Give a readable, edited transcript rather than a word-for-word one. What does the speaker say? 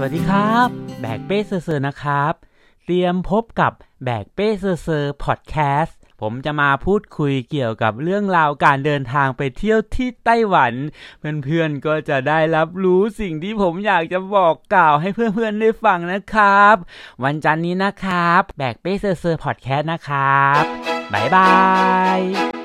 วัสดีครับแบกเป้เซอร์นะครับเตรียมพบกับแบกเป้เซอร์พอดแคสต์ผมจะมาพูดคุยเกี่ยวกับเรื่องราวการเดินทางไปเที่ยวที่ไต้หวันเพื่อนๆก็จะได้รับรู้สิ่งที่ผมอยากจะบอกกล่าวให้เพื่อนๆได้ฟังนะครับวันจันทร์นี้นะครับแบกเป้เซอร์พอดแคสต์นะครับบ๊ายบาย